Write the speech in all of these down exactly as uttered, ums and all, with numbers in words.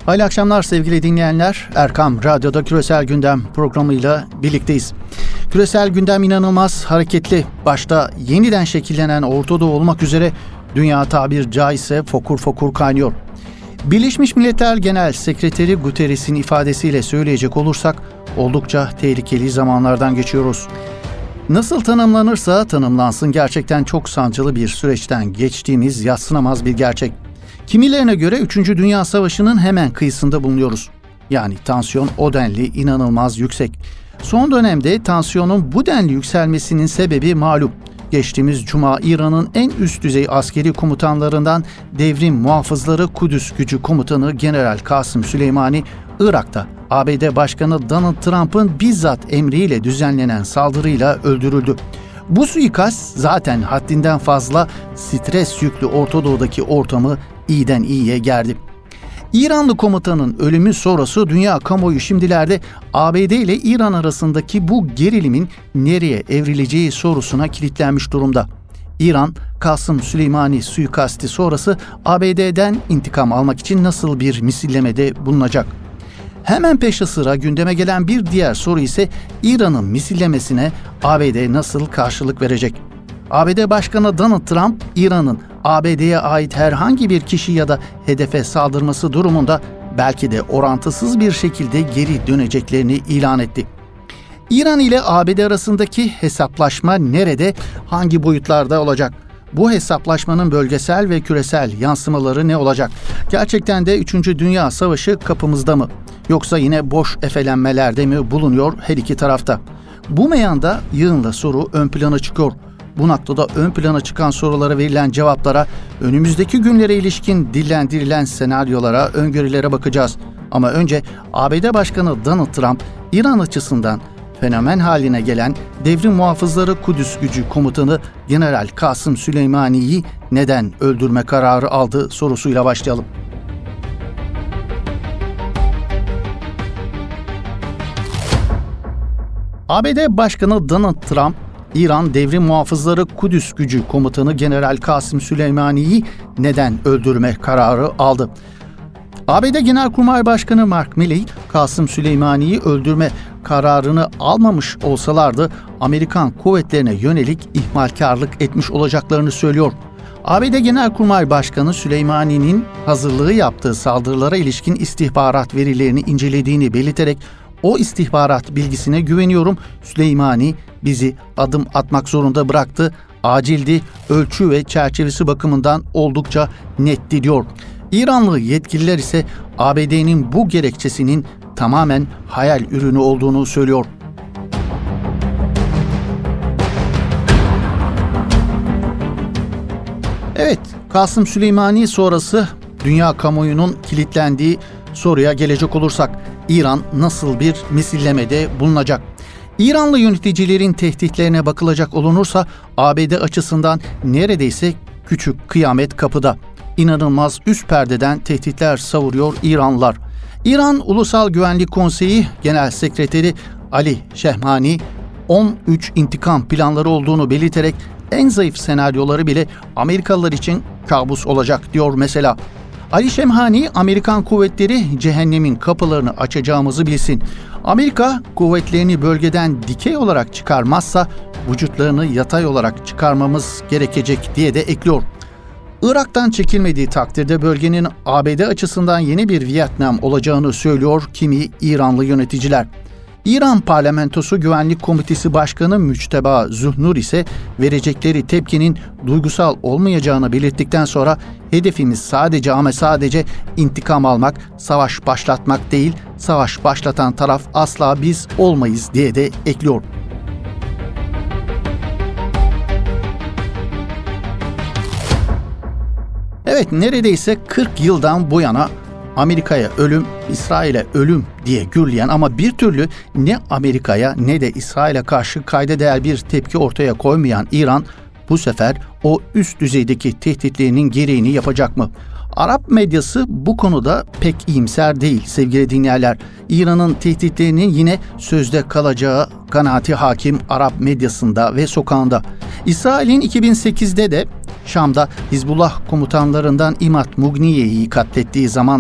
Hayırlı akşamlar sevgili dinleyenler. Erkam Radyo'da Küresel Gündem programıyla birlikteyiz. Küresel gündem inanılmaz hareketli. Başta yeniden şekillenen Orta Doğu olmak üzere dünya tabir caizse fokur fokur kaynıyor. Birleşmiş Milletler Genel Sekreteri Guterres'in ifadesiyle söyleyecek olursak oldukça tehlikeli zamanlardan geçiyoruz. Nasıl tanımlanırsa tanımlansın gerçekten çok sancılı bir süreçten geçtiğimiz yadsınamaz bir gerçek. Kimilerine göre üçüncü. Dünya Savaşı'nın hemen kıyısında bulunuyoruz. Yani tansiyon o denli inanılmaz yüksek. Son dönemde tansiyonun bu denli yükselmesinin sebebi malum. Geçtiğimiz cuma İran'ın en üst düzey askeri komutanlarından Devrim Muhafızları Kudüs Gücü Komutanı General Kasım Süleymani, Irak'ta A B D Başkanı Donald Trump'ın bizzat emriyle düzenlenen saldırıyla öldürüldü. Bu suikast zaten haddinden fazla stres yüklü Orta Doğu'daki ortamı iyiden iyiye gerdi. İranlı komutanın ölümü sonrası dünya kamuoyu şimdilerde A B D ile İran arasındaki bu gerilimin nereye evrileceği sorusuna kilitlenmiş durumda. İran, Kasım Süleymani suikasti sonrası A B D'den intikam almak için nasıl bir misillemede bulunacak? Hemen peşi sıra gündeme gelen bir diğer soru ise İran'ın misillemesine A B D nasıl karşılık verecek? A B D Başkanı Donald Trump, İran'ın A B D'ye ait herhangi bir kişi ya da hedefe saldırması durumunda belki de orantısız bir şekilde geri döneceklerini ilan etti. İran ile A B D arasındaki hesaplaşma nerede, hangi boyutlarda olacak? Bu hesaplaşmanın bölgesel ve küresel yansımaları ne olacak? Gerçekten de üçüncü. Dünya Savaşı kapımızda mı? Yoksa yine boş efelenmelerde mi bulunuyor her iki tarafta? Bu meyanda yığınla soru ön plana çıkıyor. Bu noktada ön plana çıkan sorulara verilen cevaplara, önümüzdeki günlere ilişkin dillendirilen senaryolara, öngörülere bakacağız. Ama önce A B D Başkanı Donald Trump, İran açısından fenomen haline gelen Devrim Muhafızları Kudüs Gücü Komutanı General Kasım Süleymani'yi neden öldürme kararı aldı sorusuyla başlayalım. A B D Başkanı Donald Trump, İran Devrim Muhafızları Kudüs Gücü Komutanı General Kasım Süleymani'yi neden öldürme kararı aldı? A B D Genelkurmay Başkanı Mark Milley, Kasım Süleymani'yi öldürme kararını almamış olsalardı Amerikan kuvvetlerine yönelik ihmalkarlık etmiş olacaklarını söylüyor. A B D Genelkurmay Başkanı Süleymani'nin hazırlığı yaptığı saldırılara ilişkin istihbarat verilerini incelediğini belirterek o istihbarat bilgisine güveniyorum. Süleymani bizi adım atmak zorunda bıraktı. Acildi, ölçü ve çerçevesi bakımından oldukça netti diyor. İranlı yetkililer ise A B D'nin bu gerekçesinin tamamen hayal ürünü olduğunu söylüyor. Evet, Kasım Süleymani sonrası dünya kamuoyunun kilitlendiği soruya gelecek olursak, İran nasıl bir misillemede bulunacak? İranlı yöneticilerin tehditlerine bakılacak olunursa A B D açısından neredeyse küçük kıyamet kapıda. İnanılmaz üst perdeden tehditler savuruyor İranlılar. İran Ulusal Güvenlik Konseyi Genel Sekreteri Ali Şehmani, on üç intikam planları olduğunu belirterek en zayıf senaryoları bile Amerikalılar için kabus olacak diyor mesela. Ali Şemhani, Amerikan kuvvetleri cehennemin kapılarını açacağımızı bilsin. Amerika kuvvetlerini bölgeden dikey olarak çıkarmazsa vücutlarını yatay olarak çıkarmamız gerekecek diye de ekliyor. Irak'tan çekilmediği takdirde bölgenin A B D açısından yeni bir Vietnam olacağını söylüyor kimi İranlı yöneticiler. İran Parlamentosu Güvenlik Komitesi Başkanı Müçteba Zuhnur ise verecekleri tepkinin duygusal olmayacağını belirttikten sonra hedefimiz sadece ama sadece intikam almak, savaş başlatmak değil, savaş başlatan taraf asla biz olmayız diye de ekliyor. Evet, neredeyse kırk yıldan bu yana Amerika'ya ölüm, İsrail'e ölüm diye gürleyen ama bir türlü ne Amerika'ya ne de İsrail'e karşı kayda değer bir tepki ortaya koymayan İran, bu sefer o üst düzeydeki tehditlerinin gereğini yapacak mı? Arap medyası bu konuda pek iyimser değil sevgili dinleyenler. İran'ın tehditlerinin yine sözde kalacağı kanaati hakim Arap medyasında ve sokağında. İsrail'in iki bin sekizde de Şam'da Hizbullah komutanlarından İmad Mugniye'yi katlettiği zaman da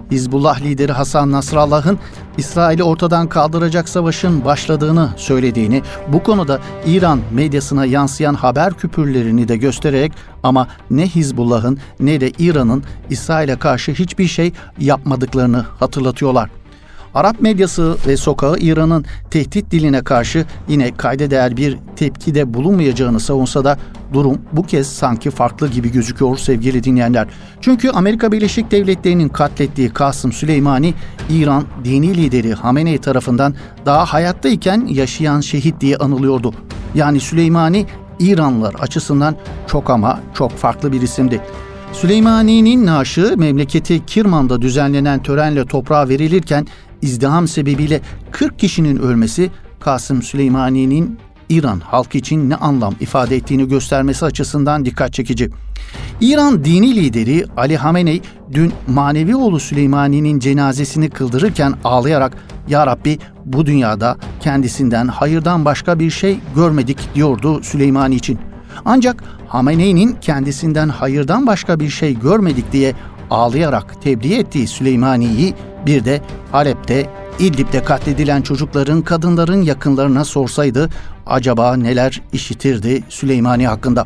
Hizbullah lideri Hasan Nasrallah'ın İsrail'i ortadan kaldıracak savaşın başladığını söylediğini, bu konuda İran medyasına yansıyan haber küpürlerini de göstererek ama ne Hizbullah'ın ne de İran'ın İsrail'e karşı hiçbir şey yapmadıklarını hatırlatıyorlar. Arap medyası ve sokağı İran'ın tehdit diline karşı yine kayda değer bir tepkide bulunmayacağını savunsa da durum bu kez sanki farklı gibi gözüküyor sevgili dinleyenler. Çünkü Amerika Birleşik Devletleri'nin katlettiği Kasım Süleymani, İran dini lideri Hamenei tarafından daha hayattayken yaşayan şehit diye anılıyordu. Yani Süleymani İranlılar açısından çok ama çok farklı bir isimdi. Süleymani'nin naaşı memleketi Kirman'da düzenlenen törenle toprağa verilirken izdiham sebebiyle kırk kişinin ölmesi Kasım Süleymani'nin İran halkı için ne anlam ifade ettiğini göstermesi açısından dikkat çekici. İran dini lideri Ali Hamenei dün manevi oğlu Süleymani'nin cenazesini kıldırırken ağlayarak "Ya Rabbi, bu dünyada kendisinden hayırdan başka bir şey görmedik" diyordu Süleymani için. Ancak Hamenei'nin kendisinden hayırdan başka bir şey görmedik diye ağlayarak tebliğ ettiği Süleymani'yi bir de Halep'te, İdlib'de katledilen çocukların, kadınların yakınlarına sorsaydı acaba neler işitirdi Süleymani hakkında?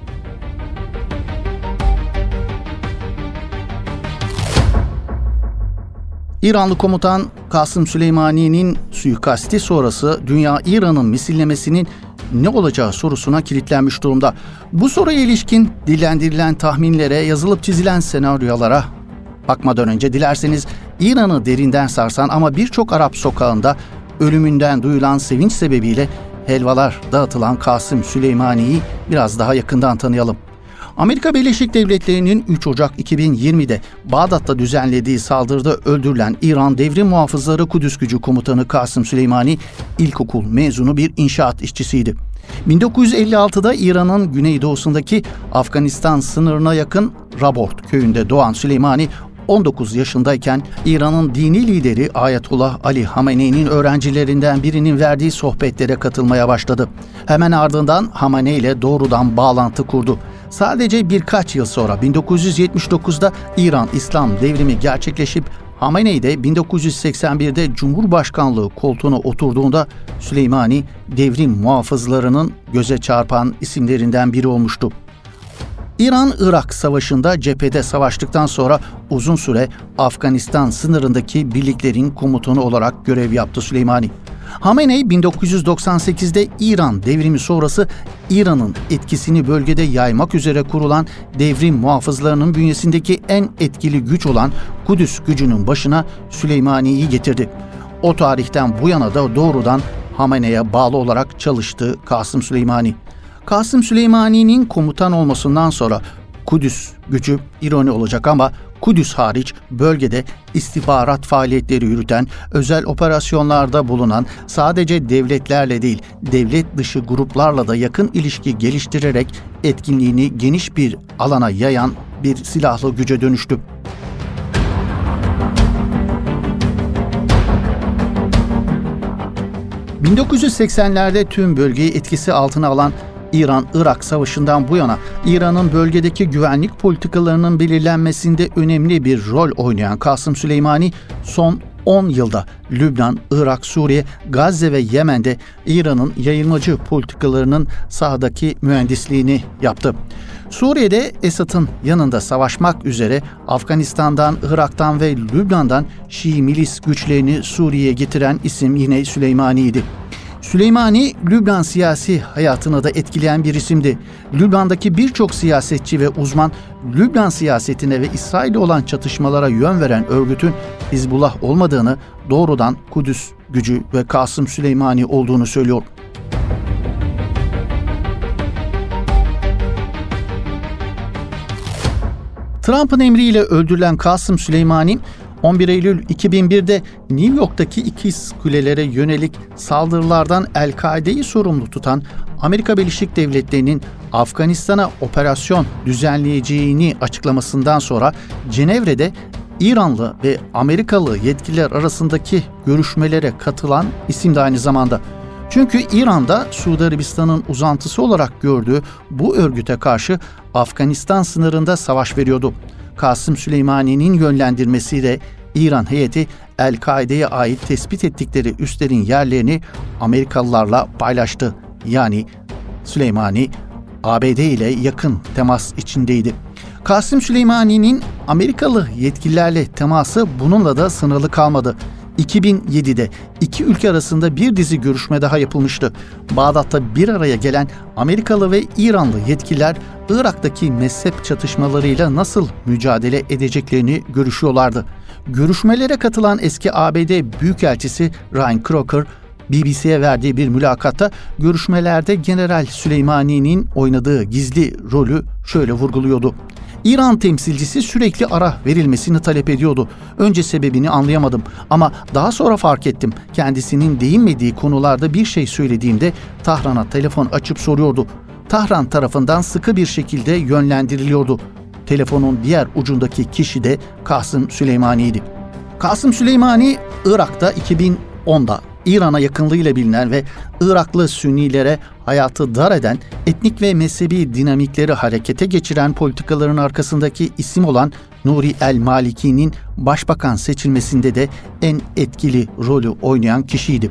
İranlı komutan Kasım Süleymani'nin suikasti sonrası dünya İran'ın misillemesinin ne olacağı sorusuna kilitlenmiş durumda. Bu soruya ilişkin dillendirilen tahminlere, yazılıp çizilen senaryolara bakmadan önce dilerseniz İran'ı derinden sarsan ama birçok Arap sokağında ölümünden duyulan sevinç sebebiyle helvalar dağıtılan Kasım Süleymani'yi biraz daha yakından tanıyalım. Amerika Birleşik Devletleri'nin üç Ocak iki bin yirmide Bağdat'ta düzenlediği saldırıda öldürülen İran Devrim Muhafızları Kudüs Gücü Komutanı Kasım Süleymani, ilkokul mezunu bir inşaat işçisiydi. bin dokuz yüz elli altıda İran'ın güneydoğusundaki Afganistan sınırına yakın Rabort köyünde doğan Süleymani, on dokuz yaşındayken İran'ın dini lideri Ayetullah Ali Hamenei'nin öğrencilerinden birinin verdiği sohbetlere katılmaya başladı. Hemen ardından Hamenei ile doğrudan bağlantı kurdu. Sadece birkaç yıl sonra bin dokuz yüz yetmiş dokuzda İran İslam devrimi gerçekleşip Hamenei de bin dokuz yüz seksen birde Cumhurbaşkanlığı koltuğuna oturduğunda Süleymani devrim muhafızlarının göze çarpan isimlerinden biri olmuştu. İran-Irak Savaşı'nda cephede savaştıktan sonra uzun süre Afganistan sınırındaki birliklerin komutanı olarak görev yaptı Süleymani. Hamenei bin dokuz yüz doksan sekizde İran devrimi sonrası İran'ın etkisini bölgede yaymak üzere kurulan devrim muhafızlarının bünyesindeki en etkili güç olan Kudüs gücünün başına Süleymani'yi getirdi. O tarihten bu yana da doğrudan Hamenei'ye bağlı olarak çalıştı Kasım Süleymani. Kasım Süleymani'nin komutan olmasından sonra Kudüs gücü, ironi olacak ama Kudüs hariç bölgede istihbarat faaliyetleri yürüten, özel operasyonlarda bulunan, sadece devletlerle değil, devlet dışı gruplarla da yakın ilişki geliştirerek etkinliğini geniş bir alana yayan bir silahlı güce dönüştü. bin dokuz yüz seksenlerde tüm bölgeyi etkisi altına alan İran-Irak Savaşı'ndan bu yana İran'ın bölgedeki güvenlik politikalarının belirlenmesinde önemli bir rol oynayan Kasım Süleymani, son on yılda Lübnan, Irak, Suriye, Gazze ve Yemen'de İran'ın yayılmacı politikalarının sahadaki mühendisliğini yaptı. Suriye'de Esad'ın yanında savaşmak üzere Afganistan'dan, Irak'tan ve Lübnan'dan Şii milis güçlerini Suriye'ye getiren isim yine Süleymani'ydi. Süleymani, Lübnan siyasi hayatını da etkileyen bir isimdi. Lübnan'daki birçok siyasetçi ve uzman, Lübnan siyasetine ve İsrail'le olan çatışmalara yön veren örgütün Hizbullah olmadığını, doğrudan Kudüs gücü ve Kasım Süleymani olduğunu söylüyor. Trump'ın emriyle öldürülen Kasım Süleymani, on bir Eylül iki bin birde New York'taki İkiz Kuleler'e yönelik saldırılardan El-Kaide'yi sorumlu tutan Amerika Birleşik Devletleri'nin Afganistan'a operasyon düzenleyeceğini açıklamasından sonra Cenevre'de İranlı ve Amerikalı yetkililer arasındaki görüşmelere katılan isim de aynı zamanda. Çünkü İran'da Suudi Arabistan'ın uzantısı olarak gördüğü bu örgüte karşı Afganistan sınırında savaş veriyordu. Kasım Süleymani'nin yönlendirmesiyle İran heyeti El-Kaide'ye ait tespit ettikleri üslerin yerlerini Amerikalılarla paylaştı. Yani Süleymani A B D ile yakın temas içindeydi. Kasım Süleymani'nin Amerikalı yetkililerle teması bununla da sınırlı kalmadı. iki bin yedide iki ülke arasında bir dizi görüşme daha yapılmıştı. Bağdat'ta bir araya gelen Amerikalı ve İranlı yetkililer Irak'taki mezhep çatışmalarıyla nasıl mücadele edeceklerini görüşüyorlardı. Görüşmelere katılan eski A B D Büyükelçisi Ryan Crocker, B B C'ye verdiği bir mülakatta görüşmelerde General Süleymani'nin oynadığı gizli rolü şöyle vurguluyordu. İran temsilcisi sürekli ara verilmesini talep ediyordu. Önce sebebini anlayamadım ama daha sonra fark ettim. Kendisinin değinmediği konularda bir şey söylediğimde Tahran'a telefon açıp soruyordu. Tahran tarafından sıkı bir şekilde yönlendiriliyordu. Telefonun diğer ucundaki kişi de Kasım Süleymani'ydi. Kasım Süleymani, Irak'ta iki bin onda İran'a yakınlığıyla bilinen ve Iraklı Sünnilere hayatı dar eden, etnik ve mezhebi dinamikleri harekete geçiren politikaların arkasındaki isim olan Nuri el-Maliki'nin başbakan seçilmesinde de en etkili rolü oynayan kişiydi.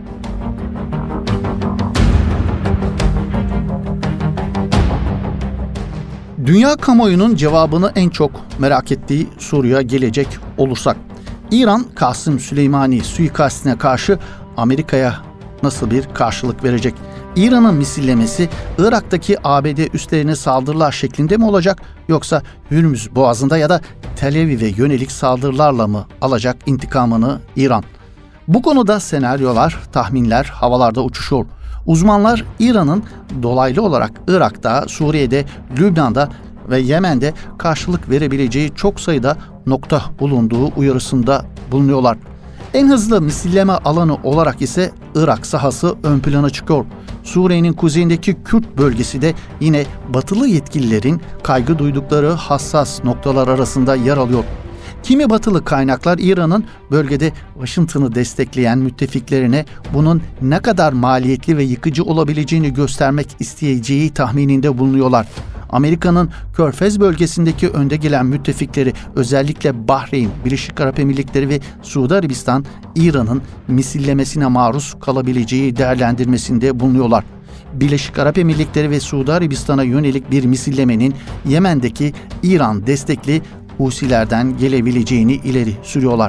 Dünya kamuoyunun cevabını en çok merak ettiği soruya gelecek olursak, İran, Kasım Süleymani suikastine karşı Amerika'ya nasıl bir karşılık verecek? İran'ın misillemesi Irak'taki A B D üslerine saldırılar şeklinde mi olacak, yoksa Hürmüz Boğazı'nda ya da Tel Aviv'e yönelik saldırılarla mı alacak intikamını İran? Bu konuda senaryolar, tahminler havalarda uçuşuyor. Uzmanlar İran'ın dolaylı olarak Irak'ta, Suriye'de, Lübnan'da ve Yemen'de karşılık verebileceği çok sayıda nokta bulunduğu uyarısında bulunuyorlar. En hızlı misilleme alanı olarak ise Irak sahası ön plana çıkıyor. Suriye'nin kuzeyindeki Kürt bölgesi de yine batılı yetkililerin kaygı duydukları hassas noktalar arasında yer alıyor. Kimi batılı kaynaklar İran'ın bölgede Washington'ı destekleyen müttefiklerine bunun ne kadar maliyetli ve yıkıcı olabileceğini göstermek isteyeceği tahmininde bulunuyorlar. Amerika'nın Körfez bölgesindeki önde gelen müttefikleri, özellikle Bahreyn, Birleşik Arap Emirlikleri ve Suudi Arabistan, İran'ın misillemesine maruz kalabileceği değerlendirmesinde bulunuyorlar. Birleşik Arap Emirlikleri ve Suudi Arabistan'a yönelik bir misillemenin Yemen'deki İran destekli Husilerden gelebileceğini ileri sürüyorlar.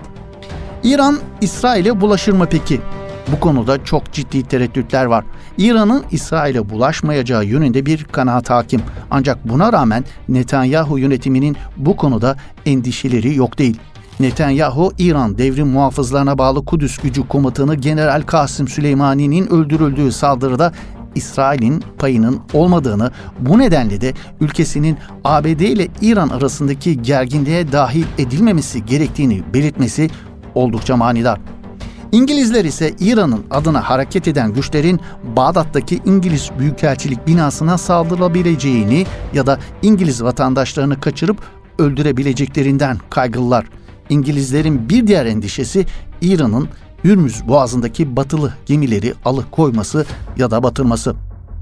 İran, İsrail'e bulaşır mı peki? Bu konuda çok ciddi tereddütler var. İran'ın İsrail'e bulaşmayacağı yönünde bir kanaat hakim. Ancak buna rağmen Netanyahu yönetiminin bu konuda endişeleri yok değil. Netanyahu, İran Devrim Muhafızlarına bağlı Kudüs Gücü Komutanı General Kasım Süleymani'nin öldürüldüğü saldırıda İsrail'in payının olmadığını, bu nedenle de ülkesinin A B D ile İran arasındaki gerginliğe dahil edilmemesi gerektiğini belirtmesi oldukça manidar. İngilizler ise İran'ın adına hareket eden güçlerin Bağdat'taki İngiliz Büyükelçilik binasına saldırılabileceğini ya da İngiliz vatandaşlarını kaçırıp öldürebileceklerinden kaygılılar. İngilizlerin bir diğer endişesi İran'ın Hürmüz Boğazı'ndaki batılı gemileri alıkoyması ya da batırması.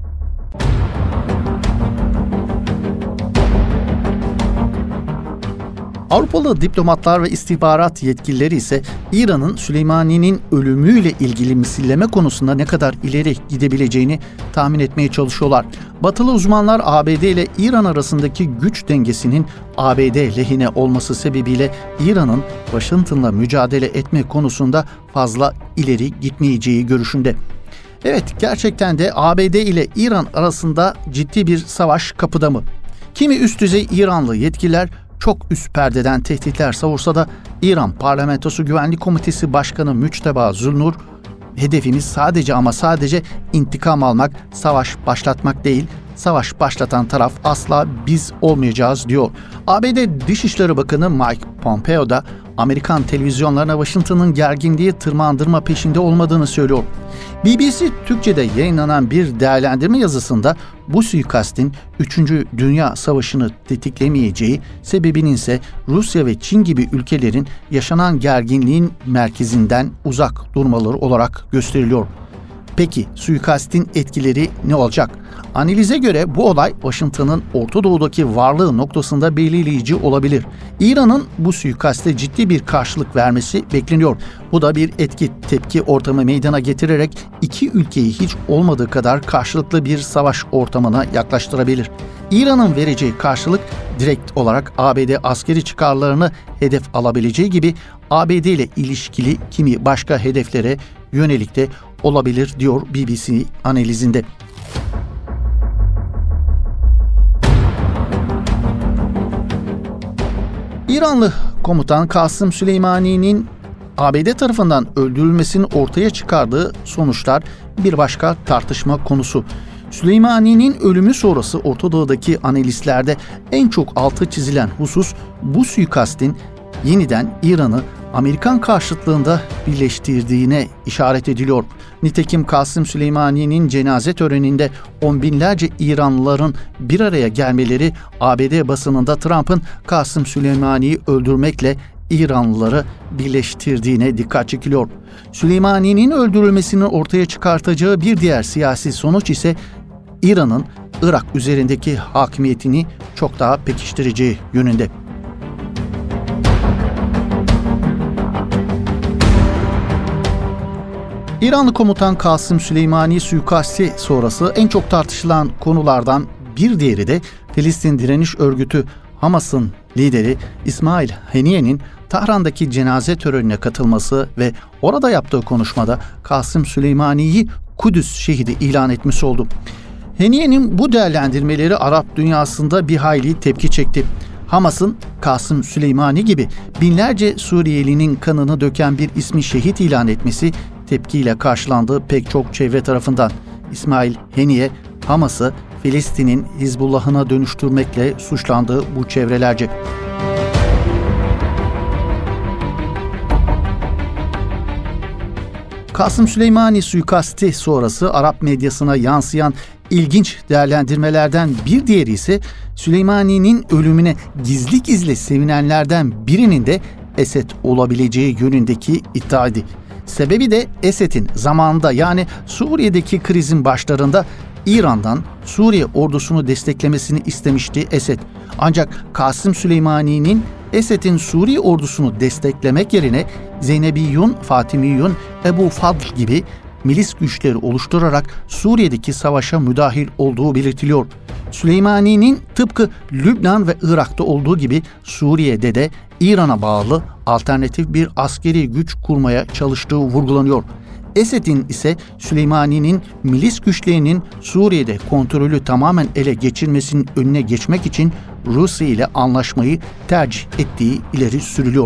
Avrupalı diplomatlar ve istihbarat yetkilileri ise İran'ın Süleymani'nin ölümüyle ilgili misilleme konusunda ne kadar ileri gidebileceğini tahmin etmeye çalışıyorlar. Batılı uzmanlar A B D ile İran arasındaki güç dengesinin A B D lehine olması sebebiyle İran'ın Washington'la mücadele etme konusunda fazla ileri gitmeyeceği görüşünde. Evet, gerçekten de A B D ile İran arasında ciddi bir savaş kapıda mı? Kimi üst düzey İranlı yetkililer çok üst perdeden tehditler savursa da İran Parlamentosu Güvenlik Komitesi Başkanı Müçteba Zulnur, hedefimiz sadece ama sadece intikam almak, savaş başlatmak değil, savaş başlatan taraf asla biz olmayacağız diyor. A B D Dışişleri Bakanı Mike Pompeo da Amerikan televizyonlarına Washington'ın gerginliği tırmandırma peşinde olmadığını söylüyor. B B C Türkçe'de yayınlanan bir değerlendirme yazısında bu suikastin üçüncü. Dünya Savaşı'nı tetiklemeyeceği, sebebinin ise Rusya ve Çin gibi ülkelerin yaşanan gerginliğin merkezinden uzak durmaları olarak gösteriliyor. Peki suikastin etkileri ne olacak? Analize göre bu olay Washington'ın Orta Doğu'daki varlığı noktasında belirleyici olabilir. İran'ın bu suikaste ciddi bir karşılık vermesi bekleniyor. Bu da bir etki tepki ortamı meydana getirerek iki ülkeyi hiç olmadığı kadar karşılıklı bir savaş ortamına yaklaştırabilir. İran'ın vereceği karşılık direkt olarak A B D askeri çıkarlarını hedef alabileceği gibi A B D ile ilişkili kimi başka hedeflere yönelik de olabilir diyor B B C analizinde. İranlı komutan Kasım Süleymani'nin A B D tarafından öldürülmesinin ortaya çıkardığı sonuçlar bir başka tartışma konusu. Süleymani'nin ölümü sonrası Orta Doğu'daki analistlerde en çok altı çizilen husus bu suikastin yeniden İran'ı Amerikan karşıtlığında birleştirdiğine işaret ediliyor. Nitekim Kasım Süleymani'nin cenaze töreninde on binlerce İranlıların bir araya gelmeleri A B D basınında Trump'ın Kasım Süleymani'yi öldürmekle İranlıları birleştirdiğine dikkat çekiliyor. Süleymani'nin öldürülmesinin ortaya çıkartacağı bir diğer siyasi sonuç ise İran'ın Irak üzerindeki hakimiyetini çok daha pekiştireceği yönünde. İranlı komutan Kasım Süleymani suikasti sonrası en çok tartışılan konulardan bir diğeri de Filistin direniş örgütü Hamas'ın lideri İsmail Haniye'nin Tahran'daki cenaze törenine katılması ve orada yaptığı konuşmada Kasım Süleymani'yi Kudüs şehidi ilan etmesi oldu. Haniye'nin bu değerlendirmeleri Arap dünyasında bir hayli tepki çekti. Hamas'ın Kasım Süleymani gibi binlerce Suriyelinin kanını döken bir ismi şehit ilan etmesi tepkiyle karşılandı pek çok çevre tarafından. İsmail Haniye, Hamas'ı Filistin'in Hizbullah'ına dönüştürmekle suçlandı bu çevrelerce. Kasım Süleymani suikasti sonrası Arap medyasına yansıyan ilginç değerlendirmelerden bir diğeri ise Süleymani'nin ölümüne gizli gizli sevinenlerden birinin de Esed olabileceği yönündeki iddiaydı. Sebebi de Esed'in zamanında yani Suriye'deki krizin başlarında İran'dan Suriye ordusunu desteklemesini istemişti Esed. Ancak Kasım Süleymani'nin Esed'in Suriye ordusunu desteklemek yerine Zeynepiyun, Fatimiyun, Ebu Fadl gibi milis güçleri oluşturarak Suriye'deki savaşa müdahil olduğu belirtiliyor. Süleymani'nin tıpkı Lübnan ve Irak'ta olduğu gibi Suriye'de de İran'a bağlı alternatif bir askeri güç kurmaya çalıştığı vurgulanıyor. Esed'in ise Süleymani'nin milis güçlerinin Suriye'de kontrolü tamamen ele geçirmesinin önüne geçmek için Rusya ile anlaşmayı tercih ettiği ileri sürülüyor.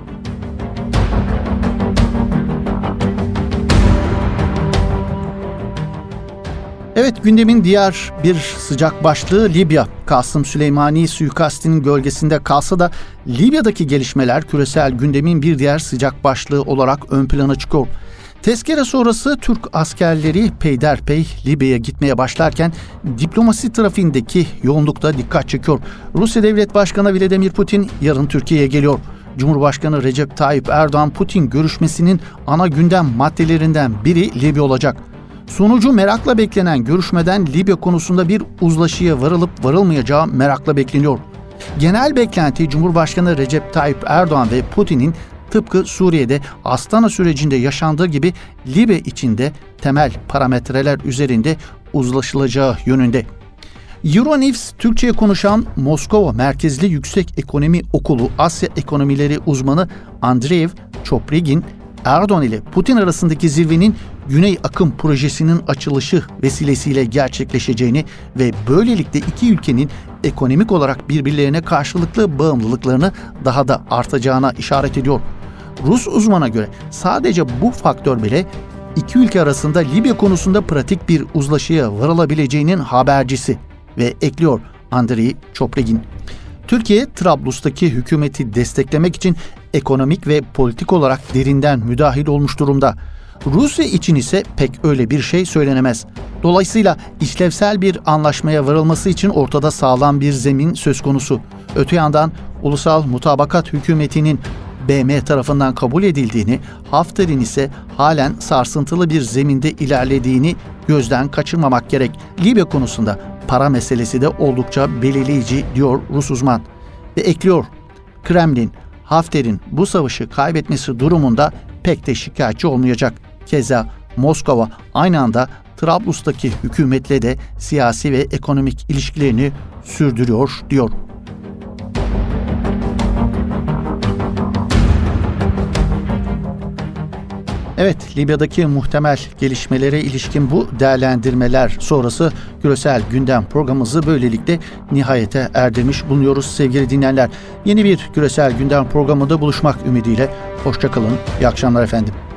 Evet, gündemin diğer bir sıcak başlığı Libya. Kasım Süleymani suikastinin gölgesinde kalsa da Libya'daki gelişmeler küresel gündemin bir diğer sıcak başlığı olarak ön plana çıkıyor. Tezkere sonrası Türk askerleri peyderpey Libya'ya gitmeye başlarken diplomasi trafiğindeki yoğunlukta dikkat çekiyor. Rusya Devlet Başkanı Vladimir Putin yarın Türkiye'ye geliyor. Cumhurbaşkanı Recep Tayyip Erdoğan Putin görüşmesinin ana gündem maddelerinden biri Libya olacak. Sonucu merakla beklenen görüşmeden Libya konusunda bir uzlaşıya varılıp varılmayacağı merakla bekleniyor. Genel beklenti Cumhurbaşkanı Recep Tayyip Erdoğan ve Putin'in tıpkı Suriye'de Astana sürecinde yaşandığı gibi Libya içinde temel parametreler üzerinde uzlaşılacağı yönünde. Euronews Türkçe'ye konuşan Moskova merkezli Yüksek Ekonomi Okulu Asya Ekonomileri uzmanı Andreev Çoprigin, Erdoğan ile Putin arasındaki zirvenin Güney Akım projesinin açılışı vesilesiyle gerçekleşeceğini ve böylelikle iki ülkenin ekonomik olarak birbirlerine karşılıklı bağımlılıklarını daha da artacağına işaret ediyor. Rus uzmana göre sadece bu faktör bile iki ülke arasında Libya konusunda pratik bir uzlaşıya varılabileceğinin habercisi ve ekliyor Andrei Çoprigin. Türkiye, Trablus'taki hükümeti desteklemek için ekonomik ve politik olarak derinden müdahil olmuş durumda. Rusya için ise pek öyle bir şey söylenemez. Dolayısıyla işlevsel bir anlaşmaya varılması için ortada sağlam bir zemin söz konusu. Öte yandan Ulusal Mutabakat Hükümeti'nin B M tarafından kabul edildiğini, Hafter'in ise halen sarsıntılı bir zeminde ilerlediğini gözden kaçırmamak gerek. Libya konusunda para meselesi de oldukça belirleyici diyor Rus uzman. Ve ekliyor, Kremlin, Hafter'in bu savaşı kaybetmesi durumunda pek de şikayetçi olmayacak. Keza Moskova aynı anda Trablus'taki hükümetle de siyasi ve ekonomik ilişkilerini sürdürüyor diyor. Evet, Libya'daki muhtemel gelişmelere ilişkin bu değerlendirmeler sonrası küresel gündem programımızı böylelikle nihayete erdirmiş bulunuyoruz sevgili dinleyenler. Yeni bir küresel gündem programında buluşmak ümidiyle. Hoşça kalın, iyi akşamlar efendim.